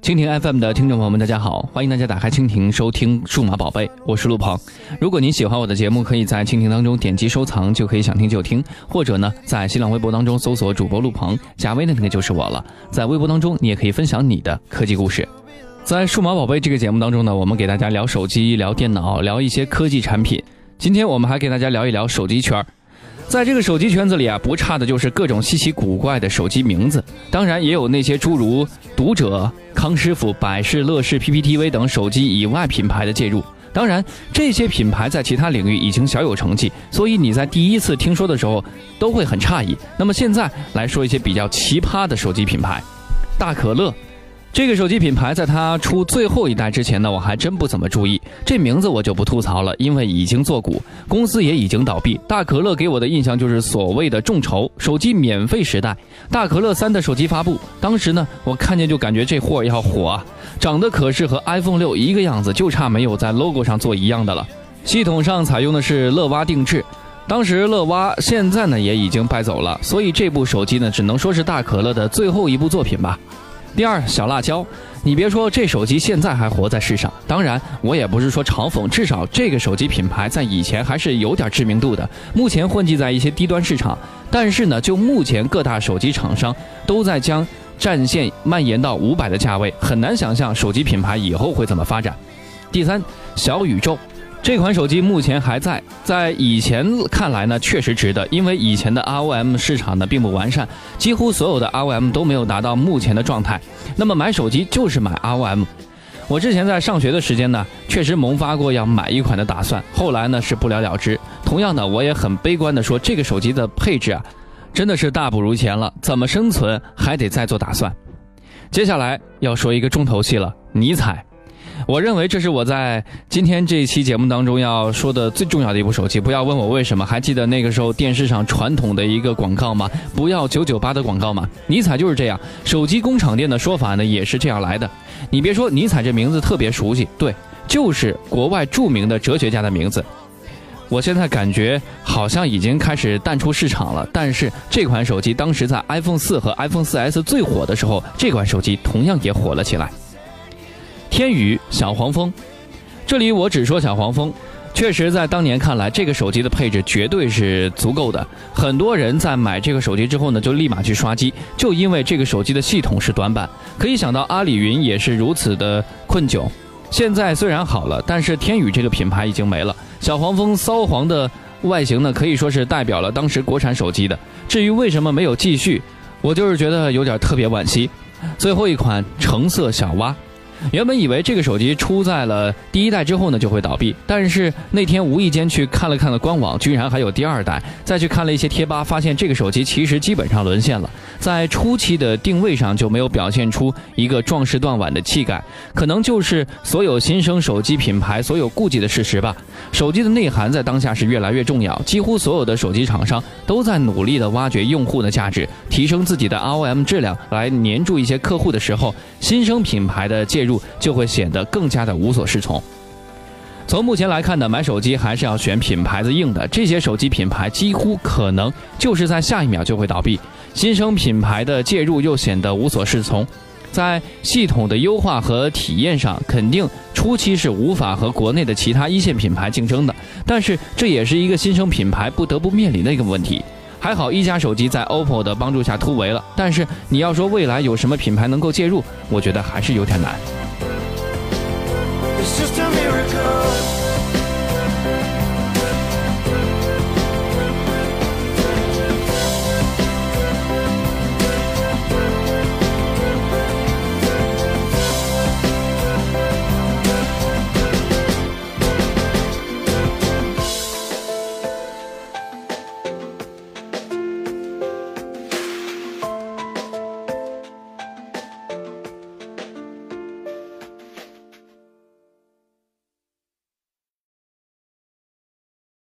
蜻蜓 FM 的听众朋友们，大家好，欢迎大家打开蜻蜓收听数码宝贝，我是陆鹏。如果您喜欢我的节目，可以在蜻蜓当中点击收藏，就可以想听就听，或者呢，在新浪微博当中搜索主播陆鹏，加微的那个就是我了。在微博当中，你也可以分享你的科技故事。在数码宝贝这个节目当中呢，我们给大家聊手机、聊电脑、聊一些科技产品。今天我们还给大家聊一聊手机圈。在这个手机圈子里啊，不差的就是各种稀奇古怪的手机名字，当然也有那些诸如读者、康师傅、百事、乐视、PPTV 等手机以外品牌的介入。当然，这些品牌在其他领域已经小有成绩，所以你在第一次听说的时候都会很诧异。那么现在来说一些比较奇葩的手机品牌。大可乐这个手机品牌在它出最后一代之前呢，我还真不怎么注意，这名字我就不吐槽了，因为已经做股，公司也已经倒闭。大可乐给我的印象就是所谓的众筹手机免费时代。大可乐3的手机发布，当时呢我看见就感觉这货要火啊，长得可是和 iPhone 6一个样子，就差没有在 logo 上做一样的了。系统上采用的是乐蛙定制，当时乐蛙现在呢也已经败走了，所以这部手机呢只能说是大可乐的最后一部作品吧。第二，小辣椒，你别说，这手机现在还活在世上。当然，我也不是说嘲讽，至少这个手机品牌在以前还是有点知名度的。目前混迹在一些低端市场，但是呢，就目前各大手机厂商都在将战线蔓延到500的价位，很难想象手机品牌以后会怎么发展。第三，小宇宙。这款手机目前还在以前看来呢，确实值得，因为以前的 ROM 市场呢并不完善，几乎所有的 ROM 都没有达到目前的状态。那么买手机就是买 ROM。我之前在上学的时间呢，确实萌发过要买一款的打算，后来呢是不了了之。同样的，我也很悲观的说，这个手机的配置啊，真的是大不如前了，怎么生存还得再做打算。接下来要说一个重头戏了，尼采。我认为这是我在今天这一期节目当中要说的最重要的一部手机。不要问我为什么，还记得那个时候电视上传统的一个广告吗？不要998的广告吗？尼采就是这样，手机工厂店的说法呢也是这样来的。你别说，尼采这名字特别熟悉，对，就是国外著名的哲学家的名字。我现在感觉好像已经开始淡出市场了，但是这款手机当时在 iPhone 4和 iPhone 4S 最火的时候，这款手机同样也火了起来。天宇小黄蜂，这里我只说小黄蜂，确实在当年看来，这个手机的配置绝对是足够的。很多人在买这个手机之后呢，就立马去刷机，就因为这个手机的系统是短板。可以想到阿里云也是如此的困窘。现在虽然好了，但是天宇这个品牌已经没了。小黄蜂骚黄的外形呢，可以说是代表了当时国产手机的。至于为什么没有继续，我就是觉得有点特别惋惜。最后一款橙色小蛙。原本以为这个手机出在了第一代之后呢就会倒闭，但是那天无意间去看了官网，居然还有第2代，再去看了一些贴吧，发现这个手机其实基本上沦陷了，在初期的定位上就没有表现出一个壮士断腕的气概，可能就是所有新生手机品牌所有顾忌的事实吧。手机的内涵在当下是越来越重要，几乎所有的手机厂商都在努力的挖掘用户的价值，提升自己的 ROM 质量，来黏住一些客户的时候，新生品牌的介入就会显得更加的无所适从。从目前来看呢，买手机还是要选品牌子硬的，这些手机品牌几乎可能就是在下一秒就会倒闭，新生品牌的介入又显得无所适从。在系统的优化和体验上，肯定初期是无法和国内的其他一线品牌竞争的，但是这也是一个新生品牌不得不面临的一个问题。还好一加手机在 OPPO 的帮助下突围了，但是你要说未来有什么品牌能够介入，我觉得还是有点难。It's just a miracle.